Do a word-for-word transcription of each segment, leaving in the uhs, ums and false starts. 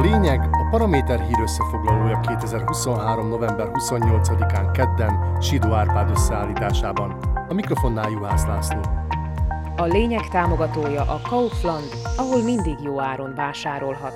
lényeg a Paraméter hír összefoglalója kétezer-huszonhárom. november huszonnyolcadikán kedden Sidó Árpád összeállításában. A mikrofonnál Juhász László. A lényeg támogatója a Kaufland, ahol mindig jó áron vásárolhat.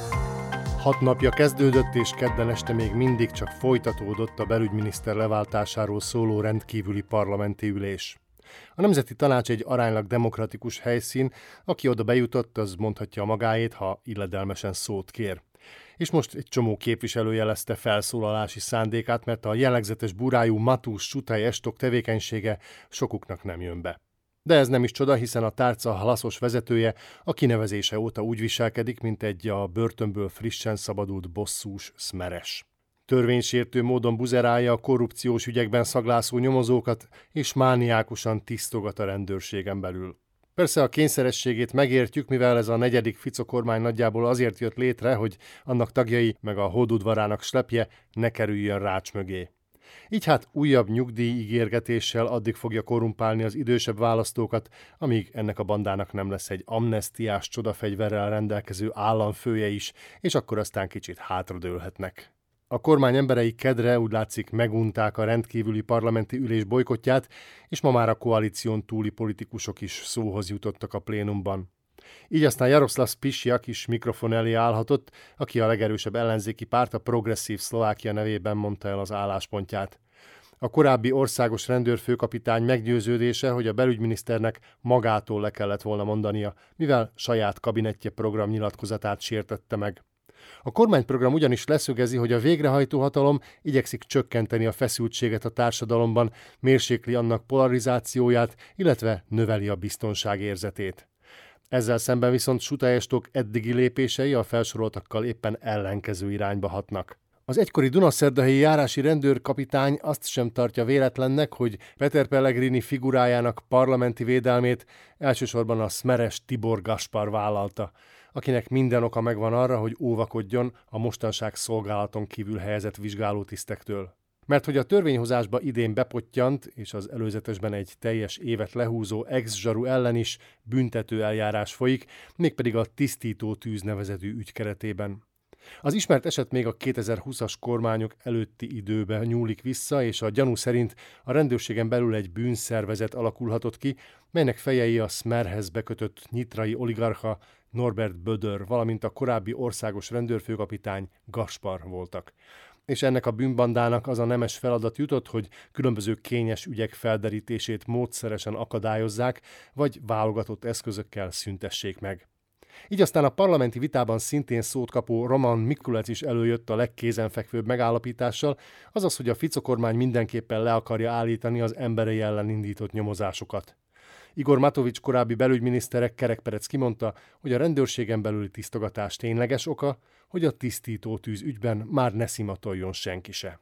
Hat napja kezdődött, és kedden este még mindig csak folytatódott a belügyminiszter leváltásáról szóló rendkívüli parlamenti ülés. A Nemzeti Tanács egy aránylag demokratikus helyszín, aki oda bejutott, az mondhatja a magáét, ha illedelmesen szót kér. És most egy csomó képviselő jelezte felszólalási szándékát, mert a jellegzetes burájú Matús Sutály estok tevékenysége sokuknak nem jön be. De ez nem is csoda, hiszen a tárca hlaszos vezetője a kinevezése óta úgy viselkedik, mint egy a börtönből frissen szabadult bosszús szmeres. Törvénysértő módon buzerálja a korrupciós ügyekben szaglászó nyomozókat, és mániákusan tisztogat a rendőrségen belül. Persze a kényszerességét megértjük, mivel ez a negyedik Fico kormány nagyjából azért jött létre, hogy annak tagjai meg a hódudvarának slepje ne kerüljön rács mögé. Így hát újabb nyugdíjígérgetéssel addig fogja korrumpálni az idősebb választókat, amíg ennek a bandának nem lesz egy amnesztiás csodafegyverrel rendelkező államfője is, és akkor aztán kicsit hátradőlhetnek. A kormány emberei kedre úgy látszik megunták a rendkívüli parlamenti ülés bojkottját, és ma már a koalíción túli politikusok is szóhoz jutottak a plénumban. Így aztán Jaroszláv Spisjak is mikrofon elé állhatott, aki a legerősebb ellenzéki párt, a Progresszív Szlovákia nevében mondta el az álláspontját. A korábbi országos rendőrfőkapitány meggyőződése, hogy a belügyminiszternek magától le kellett volna mondania, mivel saját kabinettje programnyilatkozatát sértette meg. A kormányprogram ugyanis leszögezi, hogy a végrehajtó hatalom igyekszik csökkenteni a feszültséget a társadalomban, mérsékli annak polarizációját, illetve növeli a biztonságérzetét. Ezzel szemben viszont Sutály estok eddigi lépései a felsoroltakkal éppen ellenkező irányba hatnak. Az egykori dunaszerdahelyi járási rendőrkapitány azt sem tartja véletlennek, hogy Peter Pellegrini figurájának parlamenti védelmét elsősorban a szmeres Tibor Gaspar vállalta, akinek minden oka megvan arra, hogy óvakodjon a mostanság szolgálaton kívül helyezett vizsgálótisztektől. Mert hogy a törvényhozásba idén bepottyant, és az előzetesben egy teljes évet lehúzó ex-zsaru ellen is büntető eljárás folyik, mégpedig a tisztító tűz nevezetű ügy keretében. Az ismert eset még a kétezer-húszas kormányok előtti időbe nyúlik vissza, és a gyanú szerint a rendőrségen belül egy bűnszervezet alakulhatott ki, melynek fejei a Smerhez bekötött nyitrai oligarcha Norbert Bödör, valamint a korábbi országos rendőrfőkapitány Gaspar voltak. És ennek a bűnbandának az a nemes feladat jutott, hogy különböző kényes ügyek felderítését módszeresen akadályozzák, vagy válogatott eszközökkel szüntessék meg. Így aztán a parlamenti vitában szintén szót kapó Roman Mikulec is előjött a legkézenfekvőbb megállapítással, azaz, hogy a Fico kormány mindenképpen le akarja állítani az emberei ellen indított nyomozásokat. Igor Matovics korábbi belügyminiszterek kerekperec kimondta, hogy a rendőrségen belüli tisztogatás tényleges oka, hogy a tisztító tűz ügyben már ne szimatoljon senki se.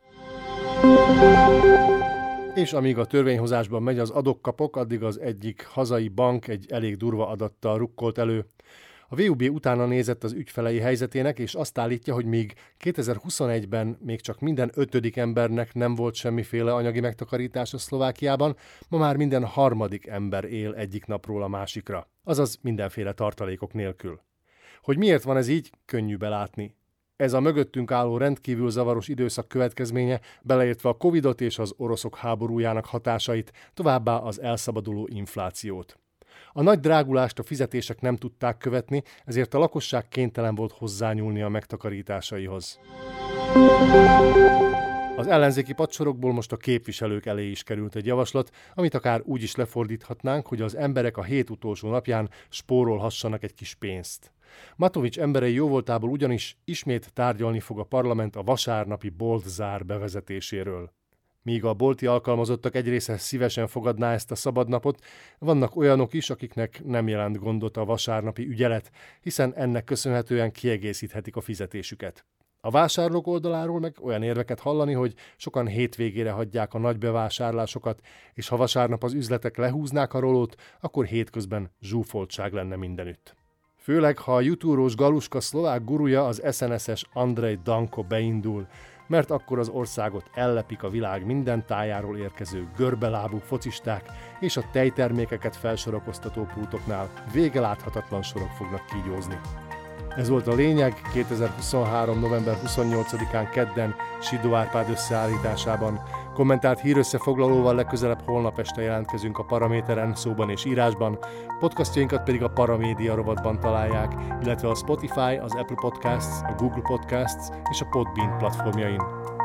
És amíg a törvényhozásban megy az adok-kapok, addig az egyik hazai bank egy elég durva adattal rukkolt elő. A vé u bé utána nézett az ügyfelei helyzetének, és azt állítja, hogy míg kétezer-huszonegyben még csak minden ötödik embernek nem volt semmiféle anyagi megtakarítás a Szlovákiában, ma már minden harmadik ember él egyik napról a másikra, azaz mindenféle tartalékok nélkül. Hogy miért van ez így, könnyű belátni. Ez a mögöttünk álló rendkívül zavaros időszak következménye, beleértve a Covidot és az oroszok háborújának hatásait, továbbá az elszabaduló inflációt. A nagy drágulást a fizetések nem tudták követni, ezért a lakosság kénytelen volt hozzányúlni a megtakarításaihoz. Az ellenzéki padsorokból most a képviselők elé is került egy javaslat, amit akár úgy is lefordíthatnánk, hogy az emberek a hét utolsó napján spórolhassanak egy kis pénzt. Matovics emberei jóvoltából ugyanis ismét tárgyalni fog a parlament a vasárnapi boltzár bevezetéséről. Míg a bolti alkalmazottak egy része szívesen fogadná ezt a szabadnapot, vannak olyanok is, akiknek nem jelent gondot a vasárnapi ügyelet, hiszen ennek köszönhetően kiegészíthetik a fizetésüket. A vásárlók oldaláról meg olyan érveket hallani, hogy sokan hétvégére hagyják a nagy bevásárlásokat, és ha vasárnap az üzletek lehúznák a rolót, akkor hétközben zsúfoltság lenne mindenütt. Főleg, ha a jutúrós Galuska szlovák guruja, az es en es-es Andrej Danko beindul, mert akkor az országot ellepik a világ minden tájáról érkező görbelábú focisták, és a tejtermékeket felsorakoztató pultoknál végeláthatatlan sorok fognak kígyózni. Ez volt a lényeg kétezer-huszonhárom. november huszonnyolcadikán kedden Sidó Árpád összeállításában. Kommentált hírösszefoglalóval legközelebb holnap este jelentkezünk a Paraméteren, szóban és írásban, podcastjainkat pedig a Paramédia rovatban találják, illetve a Spotify, az Apple Podcasts, a Google Podcasts és a Podbean platformjain.